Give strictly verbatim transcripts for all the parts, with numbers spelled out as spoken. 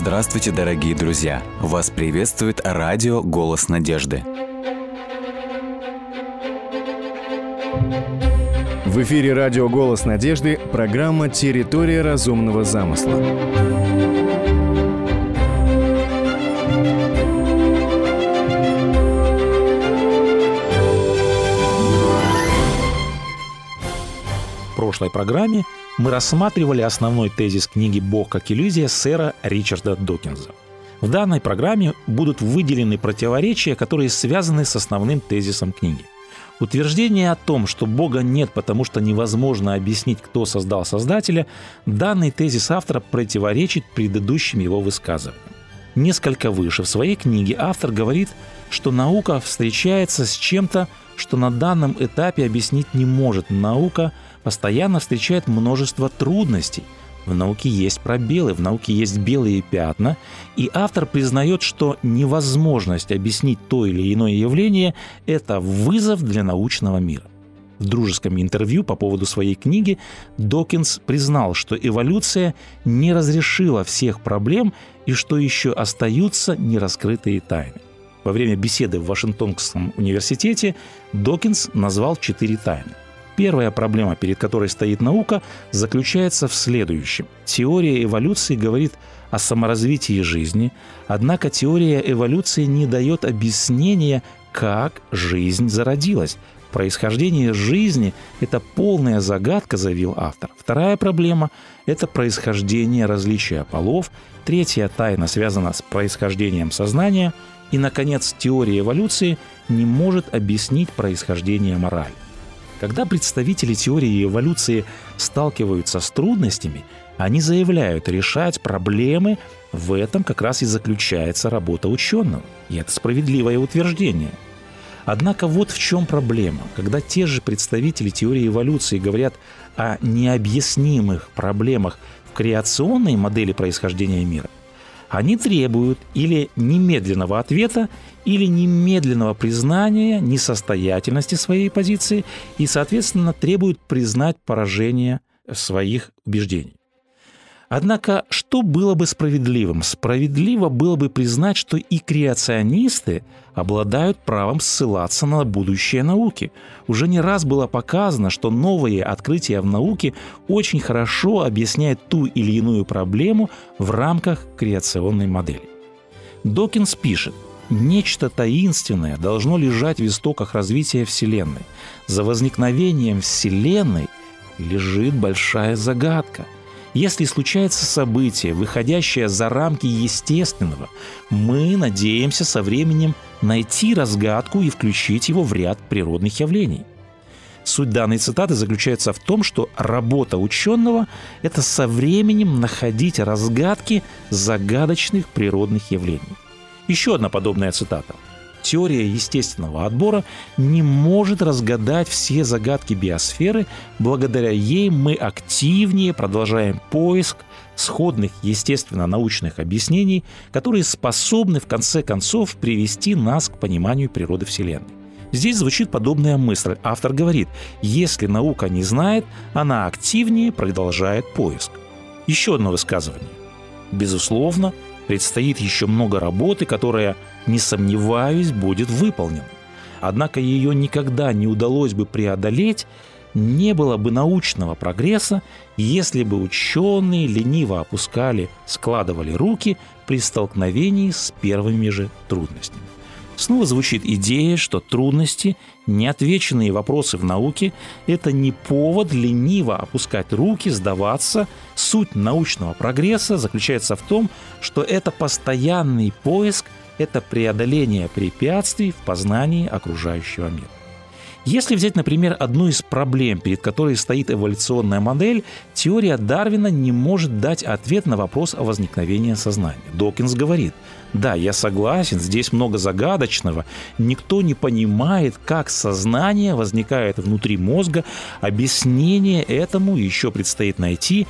Здравствуйте, дорогие друзья! Вас приветствует радио «Голос надежды». В эфире радио «Голос надежды» программа «Территория разумного замысла». В прошлой программе мы рассматривали основной тезис книги «Бог как иллюзия» сэра Ричарда Докинза. В данной программе будут выделены противоречия, которые связаны с основным тезисом книги. Утверждение о том, что Бога нет, потому что невозможно объяснить, кто создал Создателя, данный тезис автора противоречит предыдущим его высказываниям. Несколько выше в своей книге автор говорит, что наука встречается с чем-то, что на данном этапе объяснить не может. Наука постоянно встречает множество трудностей. В науке есть пробелы, в науке есть белые пятна, и автор признает, что невозможность объяснить то или иное явление – это вызов для научного мира. В дружеском интервью по поводу своей книги Докинз признал, что эволюция не разрешила всех проблем и что еще остаются нераскрытые тайны. Во время беседы в Вашингтонском университете Докинз назвал четыре тайны. Первая проблема, перед которой стоит наука, заключается в следующем. Теория эволюции говорит о саморазвитии жизни, однако теория эволюции не дает объяснения, как жизнь зародилась. Происхождение жизни – это полная загадка, заявил автор. Вторая проблема – это происхождение различия полов. Третья тайна связана с происхождением сознания. И, наконец, теория эволюции не может объяснить происхождение морали. Когда представители теории эволюции сталкиваются с трудностями, они заявляют, решать проблемы – в этом как раз и заключается работа ученого. И это справедливое утверждение. Однако вот в чем проблема. Когда те же представители теории эволюции говорят о необъяснимых проблемах в креационной модели происхождения мира, они требуют или немедленного ответа, или немедленного признания несостоятельности своей позиции и, соответственно, требуют признать поражение своих убеждений. Однако, что было бы справедливым? Справедливо было бы признать, что и креационисты обладают правом ссылаться на будущее науки. Уже не раз было показано, что новые открытия в науке очень хорошо объясняют ту или иную проблему в рамках креационной модели. Докинз пишет: «Нечто таинственное должно лежать в истоках развития Вселенной. За возникновением Вселенной лежит большая загадка. Если случается событие, выходящее за рамки естественного, мы надеемся со временем найти разгадку и включить его в ряд природных явлений». Суть данной цитаты заключается в том, что работа ученого – это со временем находить разгадки загадочных природных явлений. Еще одна подобная цитата. «Теория естественного отбора не может разгадать все загадки биосферы, благодаря ей мы активнее продолжаем поиск сходных естественно-научных объяснений, которые способны в конце концов привести нас к пониманию природы Вселенной». Здесь звучит подобная мысль. Автор говорит, если наука не знает, она активнее продолжает поиск. Еще одно высказывание. Безусловно, предстоит еще много работы, которая, не сомневаюсь, будет выполнена. Однако ее никогда не удалось бы преодолеть, не было бы научного прогресса, если бы ученые лениво опускали, складывали руки при столкновении с первыми же трудностями. Снова звучит идея, что трудности, неотвеченные вопросы в науке – это не повод лениво опускать руки, сдаваться. Суть научного прогресса заключается в том, что это постоянный поиск, это преодоление препятствий в познании окружающего мира. Если взять, например, одну из проблем, перед которой стоит эволюционная модель, теория Дарвина не может дать ответ на вопрос о возникновении сознания. Докинз говорит: да, я согласен, здесь много загадочного, никто не понимает, как сознание возникает внутри мозга, объяснение этому еще предстоит найти,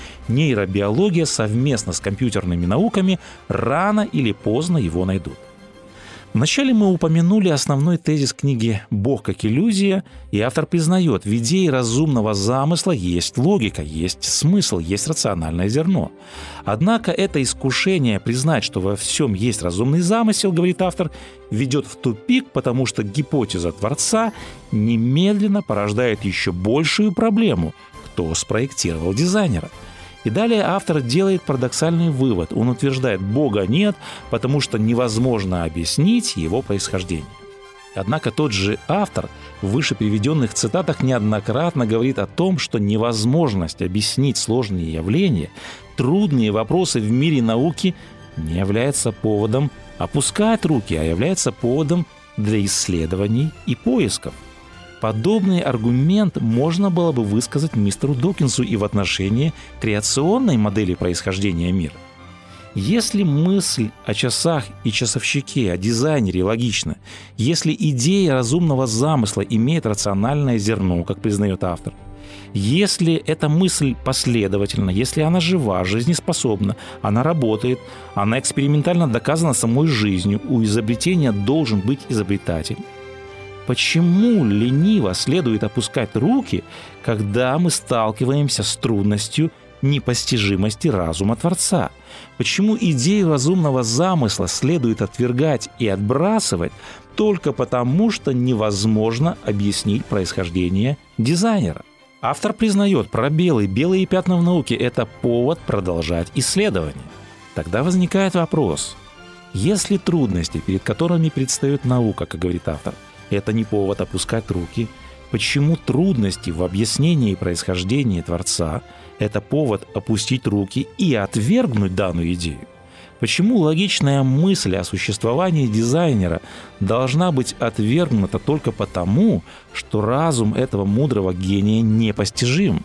нейробиология совместно с компьютерными науками рано или поздно его найдут. Вначале мы упомянули основной тезис книги «Бог как иллюзия», и автор признает, в идее разумного замысла есть логика, есть смысл, есть рациональное зерно. Однако это искушение признать, что во всем есть разумный замысел, говорит автор, ведет в тупик, потому что гипотеза Творца немедленно порождает еще большую проблему – кто спроектировал дизайнера. И далее автор делает парадоксальный вывод. Он утверждает, Бога нет, потому что невозможно объяснить его происхождение. Однако тот же автор в выше приведенных цитатах неоднократно говорит о том, что невозможность объяснить сложные явления, трудные вопросы в мире науки не является поводом опускать руки, а является поводом для исследований и поисков. Подобный аргумент можно было бы высказать мистеру Докинсу и в отношении креационной модели происхождения мира. Если мысль о часах и часовщике, о дизайнере логична, если идея разумного замысла имеет рациональное зерно, как признает автор, если эта мысль последовательна, если она жива, жизнеспособна, она работает, она экспериментально доказана самой жизнью, у изобретения должен быть изобретатель, почему лениво следует опускать руки, когда мы сталкиваемся с трудностью непостижимости разума Творца? Почему идею разумного замысла следует отвергать и отбрасывать только потому, что невозможно объяснить происхождение дизайнера? Автор признает, пробелы, белые пятна в науке – это повод продолжать исследование. Тогда возникает вопрос, если трудности, перед которыми предстает наука, как говорит автор, это не повод опускать руки, почему трудности в объяснении происхождения Творца – это повод опустить руки и отвергнуть данную идею? Почему логичная мысль о существовании дизайнера должна быть отвергнута только потому, что разум этого мудрого гения непостижим?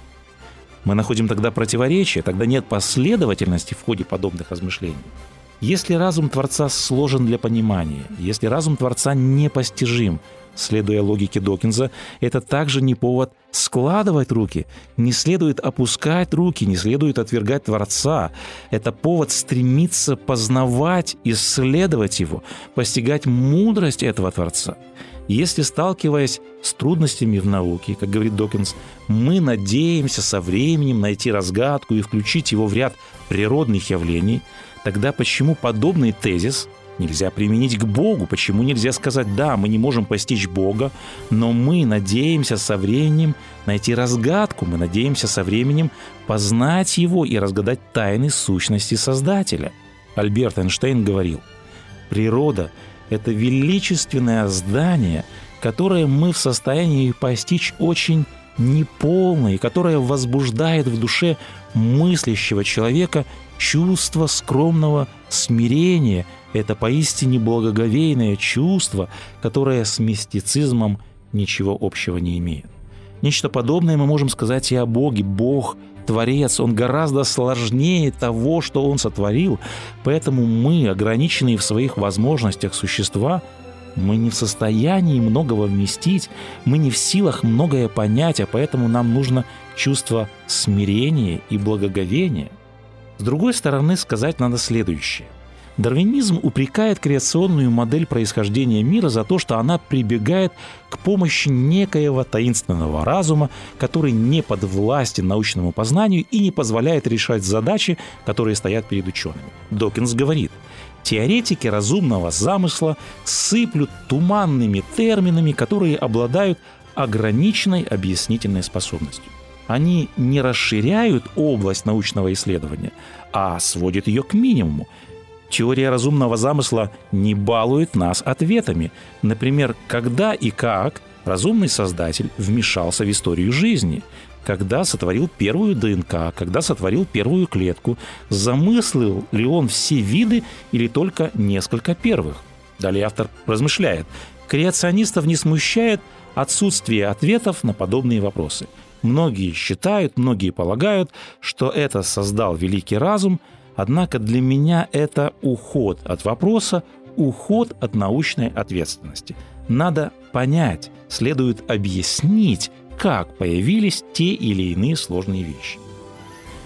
Мы находим тогда противоречие, тогда нет последовательности в ходе подобных размышлений. Если разум Творца сложен для понимания, если разум Творца непостижим, следуя логике Докинза, это также не повод складывать руки, не следует опускать руки, не следует отвергать Творца. Это повод стремиться познавать, исследовать его, постигать мудрость этого Творца. Если, сталкиваясь с трудностями в науке, как говорит Докинз, мы надеемся со временем найти разгадку и включить его в ряд природных явлений, тогда почему подобный тезис нельзя применить к Богу? Почему нельзя сказать, да, мы не можем постичь Бога, но мы надеемся со временем найти разгадку, мы надеемся со временем познать Его и разгадать тайны сущности Создателя? Альберт Эйнштейн говорил, природа – это величественное здание, которое мы в состоянии постичь очень неполно и которое возбуждает в душе мыслящего человека чувство скромного смирения. Это поистине благоговейное чувство, которое с мистицизмом ничего общего не имеет. Нечто подобное мы можем сказать и о Боге. Бог – Творец, Он гораздо сложнее того, что Он сотворил, поэтому мы, ограниченные в своих возможностях существа, мы не в состоянии многого вместить, мы не в силах многое понять, а поэтому нам нужно чувство смирения и благоговения. С другой стороны, сказать надо следующее. Дарвинизм упрекает креационную модель происхождения мира за то, что она прибегает к помощи некоего таинственного разума, который не подвластен научному познанию и не позволяет решать задачи, которые стоят перед учеными. Докинз говорит, теоретики разумного замысла сыплют туманными терминами, которые обладают ограниченной объяснительной способностью. Они не расширяют область научного исследования, а сводят ее к минимуму. Теория разумного замысла не балует нас ответами. Например, когда и как разумный создатель вмешался в историю жизни, когда сотворил первую ДНК, когда сотворил первую клетку, замыслил ли он все виды или только несколько первых. Далее автор размышляет. Креационистов не смущает отсутствие ответов на подобные вопросы. Многие считают, многие полагают, что это создал великий разум, однако для меня это уход от вопроса, уход от научной ответственности. Надо понять, следует объяснить, как появились те или иные сложные вещи.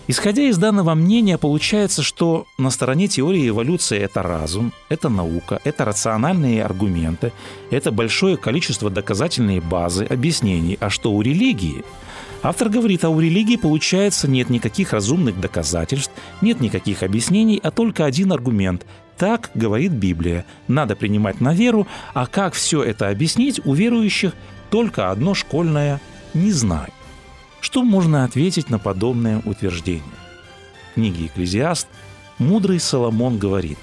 Исходя из данного мнения, получается, что на стороне теории эволюции это разум, это наука, это рациональные аргументы, это большое количество доказательной базы, объяснений. А что у религии? Автор говорит, а у религии, получается, нет никаких разумных доказательств, нет никаких объяснений, а только один аргумент. Так говорит Библия. Надо принимать на веру, а как все это объяснить, у верующих только одно школьное «не знаю». Что можно ответить на подобное утверждение? В книге «Экклезиаст» мудрый Соломон говорит: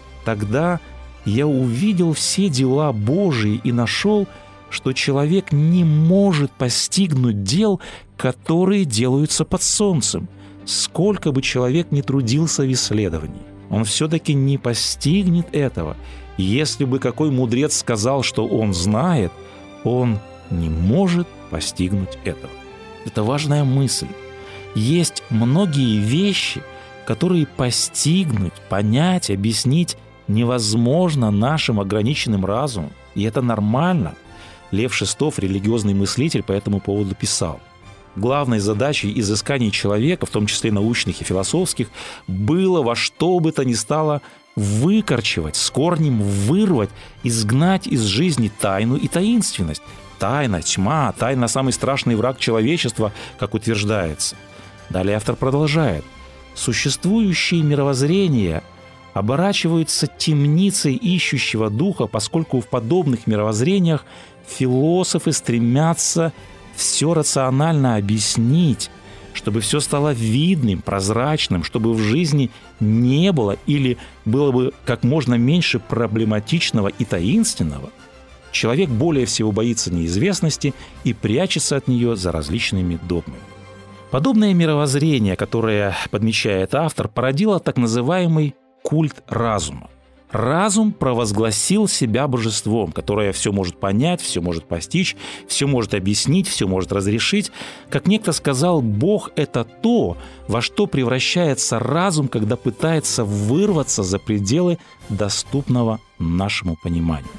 «Тогда я увидел все дела Божии и нашел, что человек не может постигнуть дел, которые делаются под солнцем. Сколько бы человек ни трудился в исследовании, он все-таки не постигнет этого. Если бы какой мудрец сказал, что он знает, он не может постигнуть этого». Это важная мысль. Есть многие вещи, которые постигнуть, понять, объяснить невозможно нашим ограниченным разумом. И это нормально. Лев Шестов, религиозный мыслитель, по этому поводу писал: главной задачей изысканий человека, в том числе научных и философских, было во что бы то ни стало выкорчевать, с корнем вырвать, изгнать из жизни тайну и таинственность. Тайна, тьма, тайна – самый страшный враг человечества, как утверждается. Далее автор продолжает. Существующие мировоззрения оборачиваются темницей ищущего духа, поскольку в подобных мировоззрениях философы стремятся все рационально объяснить, чтобы все стало видным, прозрачным, чтобы в жизни не было или было бы как можно меньше проблематичного и таинственного. Человек более всего боится неизвестности и прячется от нее за различными догмами. Подобное мировоззрение, которое подмечает автор, породило так называемый культ разума. Разум провозгласил себя божеством, которое все может понять, все может постичь, все может объяснить, все может разрешить. Как некто сказал, Бог – это то, во что превращается разум, когда пытается вырваться за пределы доступного нашему пониманию.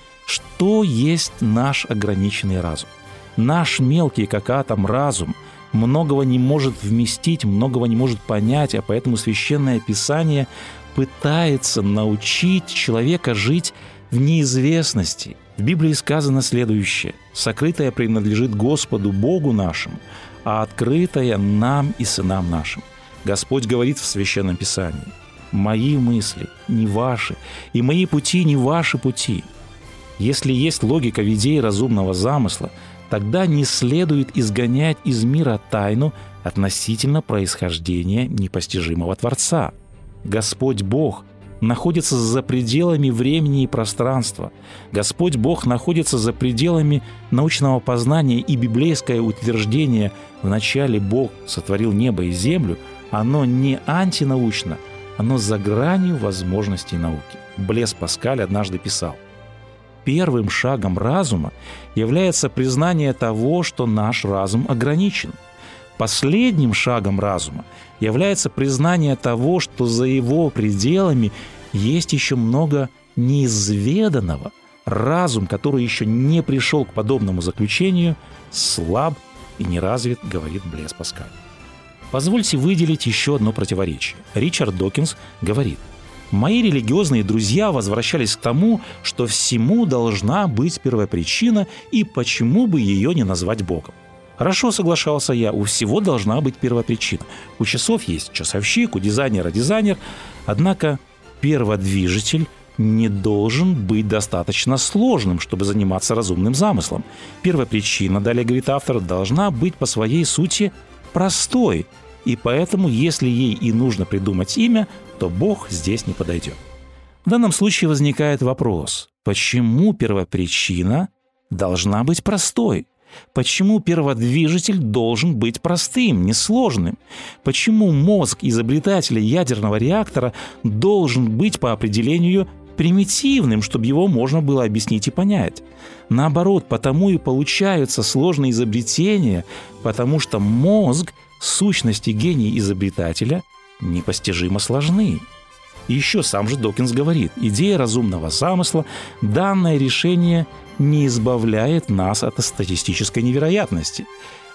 Что есть наш ограниченный разум? Наш мелкий, как атом, разум многого не может вместить, многого не может понять, а поэтому Священное Писание пытается научить человека жить в неизвестности. В Библии сказано следующее: «Сокрытое принадлежит Господу Богу нашему, а открытое нам и сынам нашим». Господь говорит в Священном Писании: «Мои мысли не ваши, и мои пути не ваши пути». Если есть логика в идее разумного замысла, тогда не следует изгонять из мира тайну относительно происхождения непостижимого Творца. Господь Бог находится за пределами времени и пространства. Господь Бог находится за пределами научного познания, и библейское утверждение «вначале Бог сотворил небо и землю» оно не антинаучно, оно за гранью возможностей науки. Блес Паскаль однажды писал: «Первым шагом разума является признание того, что наш разум ограничен. Последним шагом разума является признание того, что за его пределами есть еще много неизведанного. Разум, который еще не пришел к подобному заключению, слаб и неразвит», говорит Блес Паскаль. Позвольте выделить еще одно противоречие. Ричард Докинз говорит: «Мои религиозные друзья возвращались к тому, что всему должна быть первопричина, и почему бы ее не назвать Богом. Хорошо, соглашался я, у всего должна быть первопричина. У часов есть часовщик, у дизайнера дизайнер, однако перводвижитель не должен быть достаточно сложным, чтобы заниматься разумным замыслом. Первопричина, далее говорит автор, должна быть по своей сути простой, и поэтому, если ей и нужно придумать имя, то Бог здесь не подойдет». В данном случае возникает вопрос: почему первопричина должна быть простой? Почему перводвижитель должен быть простым, несложным? Почему мозг изобретателя ядерного реактора должен быть по определению примитивным, чтобы его можно было объяснить и понять? Наоборот, потому и получаются сложные изобретения, потому что мозг, сущности гений изобретателя, непостижимо сложны. И еще сам же Докинз говорит: идея разумного замысла, данное решение не избавляет нас от статистической невероятности.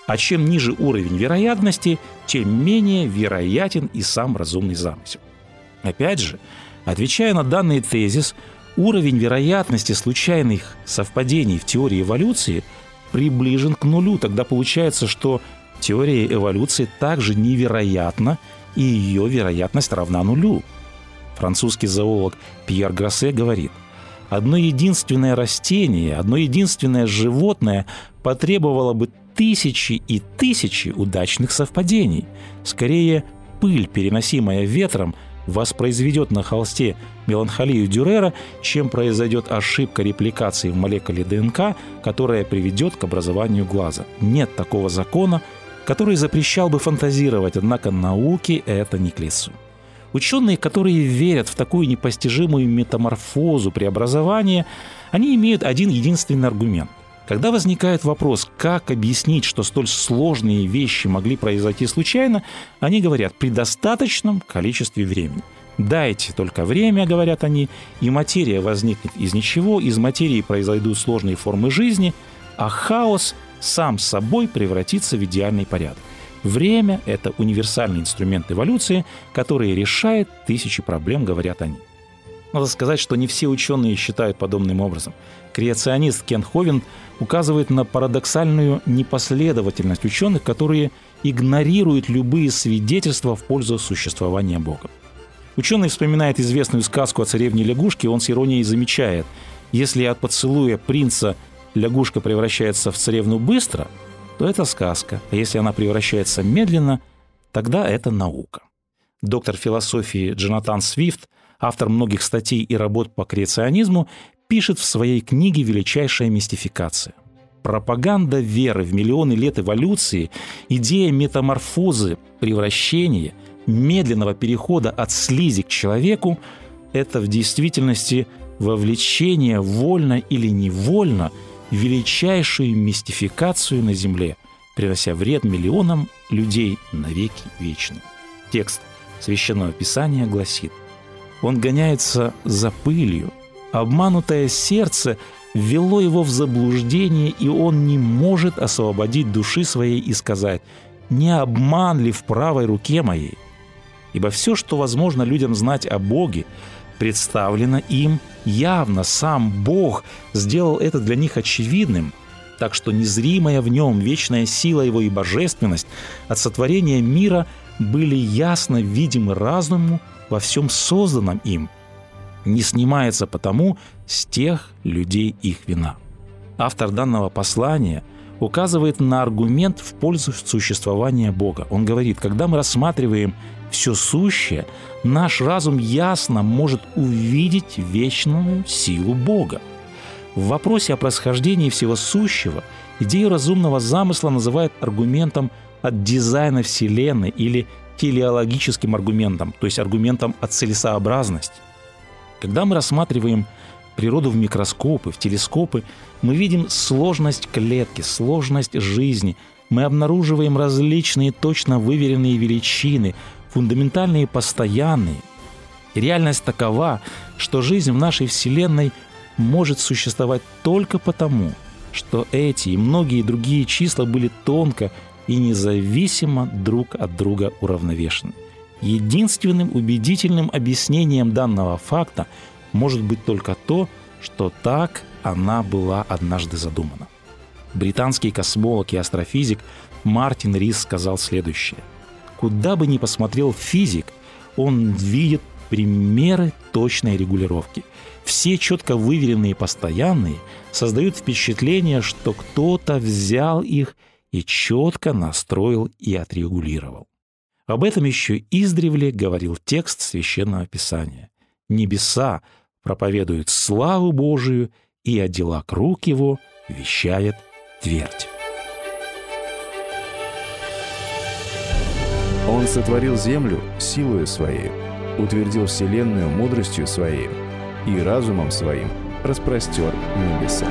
А чем ниже уровень вероятности, тем менее вероятен и сам разумный замысел. Опять же, отвечая на данный тезис, уровень вероятности случайных совпадений в теории эволюции приближен к нулю. Тогда получается, что теория эволюции также невероятна, и ее вероятность равна нулю. Французский зоолог Пьер Гроссе говорит: «Одно единственное растение, одно единственное животное потребовало бы тысячи и тысячи удачных совпадений. Скорее, пыль, переносимая ветром, воспроизведет на холсте меланхолию Дюрера, чем произойдет ошибка репликации в молекуле ДНК, которая приведет к образованию глаза. Нет такого закона, который запрещал бы фантазировать, однако науке это не к лицу». Ученые, которые верят в такую непостижимую метаморфозу преобразования, они имеют один единственный аргумент. Когда возникает вопрос, как объяснить, что столь сложные вещи могли произойти случайно, они говорят: при достаточном количестве времени. Дайте только время, говорят они, и материя возникнет из ничего, из материи произойдут сложные формы жизни, а хаос сам собой превратится в идеальный порядок. Время – это универсальный инструмент эволюции, который решает тысячи проблем, говорят они. Надо сказать, что не все ученые считают подобным образом. Креационист Кен Ховинд указывает на парадоксальную непоследовательность ученых, которые игнорируют любые свидетельства в пользу существования Бога. Ученый вспоминает известную сказку о царевне-лягушке, он с иронией замечает: если от поцелуя принца лягушка превращается в царевну быстро, то это сказка, а если она превращается медленно, тогда это наука. Доктор философии Джонатан Свифт, автор многих статей и работ по креационизму, пишет в своей книге «Величайшая мистификация». Пропаганда веры в миллионы лет эволюции, идея метаморфозы, превращения, медленного перехода от слизи к человеку – это в действительности вовлечение вольно или невольно в величайшую мистификацию на Земле, принося вред миллионам людей навеки вечные. Текст Священного Писания гласит: «Он гоняется за пылью, обманутое сердце ввело его в заблуждение, и он не может освободить души своей и сказать: не обман ли в правой руке моей? Ибо все, что возможно людям знать о Боге, представлено им явно. Сам Бог сделал это для них очевидным, так что незримая в нем вечная сила его и божественность от сотворения мира были ясно видимы разуму во всем созданном им. Не снимается потому с тех людей их вина». Автор данного послания указывает на аргумент в пользу существования Бога. Он говорит: когда мы рассматриваем все сущее, наш разум ясно может увидеть вечную силу Бога. В вопросе о происхождении всего сущего идею разумного замысла называют аргументом от дизайна Вселенной или телеологическим аргументом, то есть аргументом от целесообразности. Когда мы рассматриваем природу в микроскопы, в телескопы, мы видим сложность клетки, сложность жизни. Мы обнаруживаем различные точно выверенные величины, фундаментальные постоянные. Реальность такова, что жизнь в нашей Вселенной может существовать только потому, что эти и многие другие числа были тонко и независимо друг от друга уравновешены. Единственным убедительным объяснением данного факта может быть только то, что так она была однажды задумана. Британский космолог и астрофизик Мартин Рис сказал следующее: «Куда бы ни посмотрел физик, он видит примеры точной регулировки. Все четко выверенные и постоянные создают впечатление, что кто-то взял их и четко настроил и отрегулировал». Об этом еще издревле говорил текст Священного Писания: «Небеса проповедуют славу Божию, и о делах рук его вещает твердь». Он сотворил землю силою своей, утвердил вселенную мудростью своей и разумом своим распростер небеса.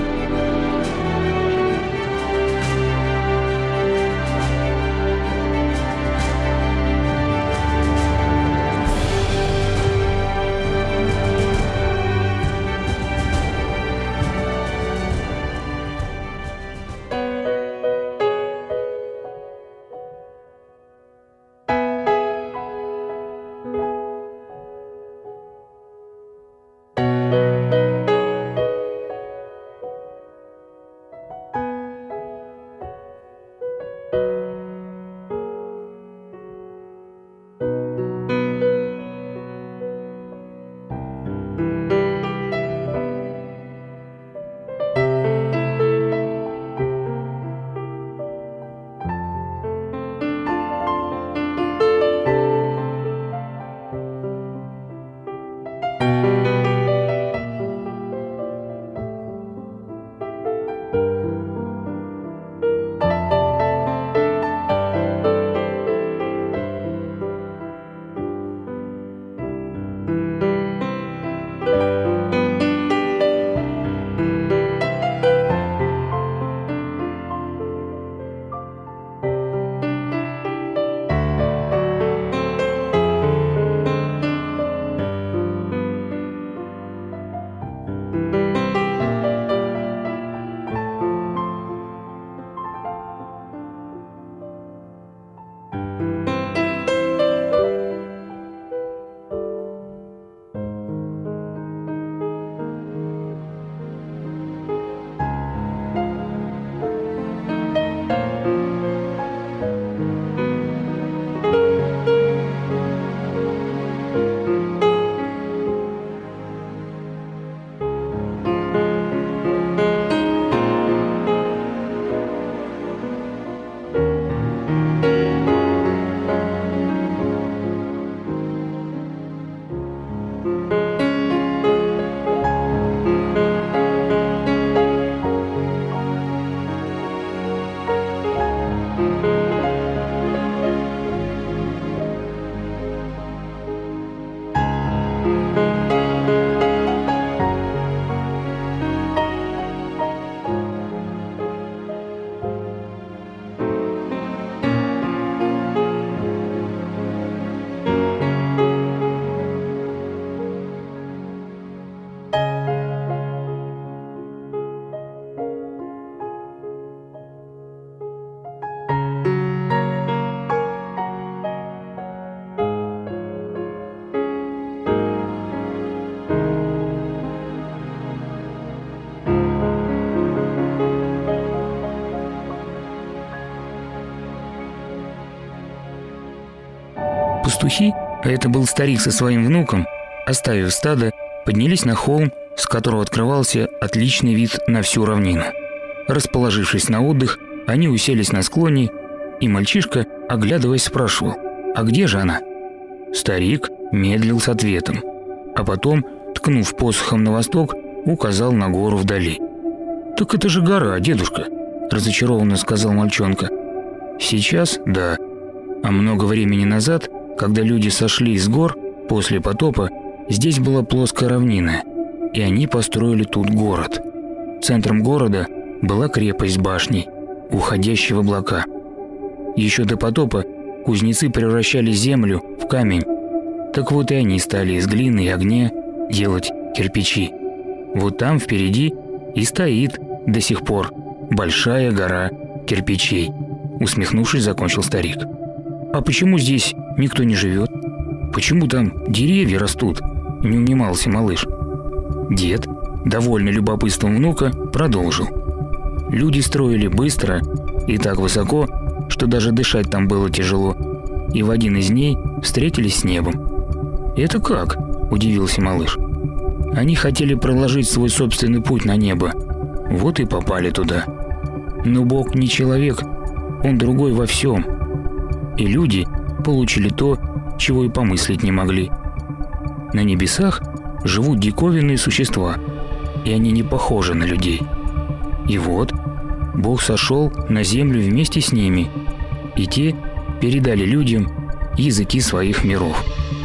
Пастухи, а это был старик со своим внуком, оставив стадо, поднялись на холм, с которого открывался отличный вид на всю равнину. Расположившись на отдых, они уселись на склоне, и мальчишка, оглядываясь, спрашивал: «А где же она?» Старик медлил с ответом, а потом, ткнув посохом на восток, указал на гору вдали. «Так это же гора, дедушка», – разочарованно сказал мальчонка. «Сейчас – да. А много времени назад, когда люди сошли с гор после потопа, здесь была плоская равнина, и они построили тут город. Центром города была крепость с башней, уходящей в облака. Еще до потопа кузнецы превращали землю в камень. Так вот и они стали из глины и огня делать кирпичи. Вот там впереди и стоит до сих пор большая гора кирпичей», – усмехнувшись, закончил старик. «А почему здесь никто не живет? Почему там деревья растут?» – не унимался малыш. Дед, довольный любопытством внука, продолжил. «Люди строили быстро и так высоко, что даже дышать там было тяжело, и в один из дней встретились с небом». «Это как?» – удивился малыш. «Они хотели проложить свой собственный путь на небо, вот и попали туда. Но Бог не человек, Он другой во всем. И люди получили то, чего и помыслить не могли. На небесах живут диковинные существа, и они не похожи на людей. И вот Бог сошел на землю вместе с ними, и те передали людям языки своих миров».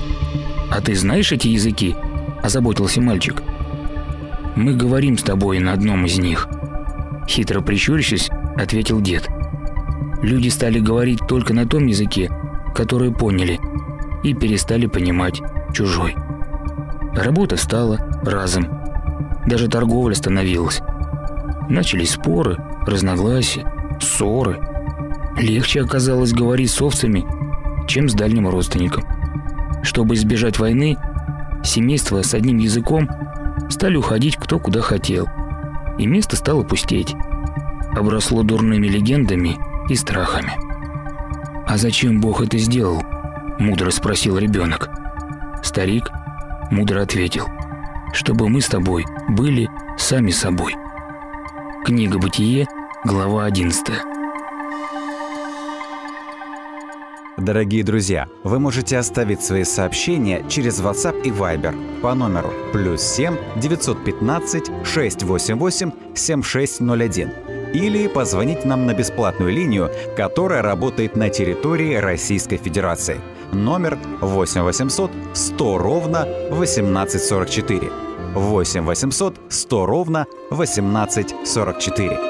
«А ты знаешь эти языки?» – озаботился мальчик. «Мы говорим с тобой на одном из них», – хитро прищурившись, ответил дед. «Люди стали говорить только на том языке, который поняли, и перестали понимать чужой. Работа стала разом, даже торговля остановилась. Начались споры, разногласия, ссоры. Легче оказалось говорить с овцами, чем с дальним родственником. Чтобы избежать войны, семейства с одним языком стали уходить кто куда хотел, и место стало пустеть. Обросло дурными легендами и страхами». «А зачем Бог это сделал?» – мудро спросил ребенок. Старик мудро ответил: «Чтобы мы с тобой были сами собой». Книга «Бытие», глава одиннадцатая. Дорогие друзья, вы можете оставить свои сообщения через WhatsApp и Viber по номеру плюс семь девятьсот пятнадцать шестьсот восемьдесят восемь семьдесят шесть ноль один или позвонить нам на бесплатную линию, которая работает на территории Российской Федерации. Номер восемь восемьсот сто ровно восемнадцать сорок четыре. восемь восемьсот сто ровно восемнадцать сорок четыре.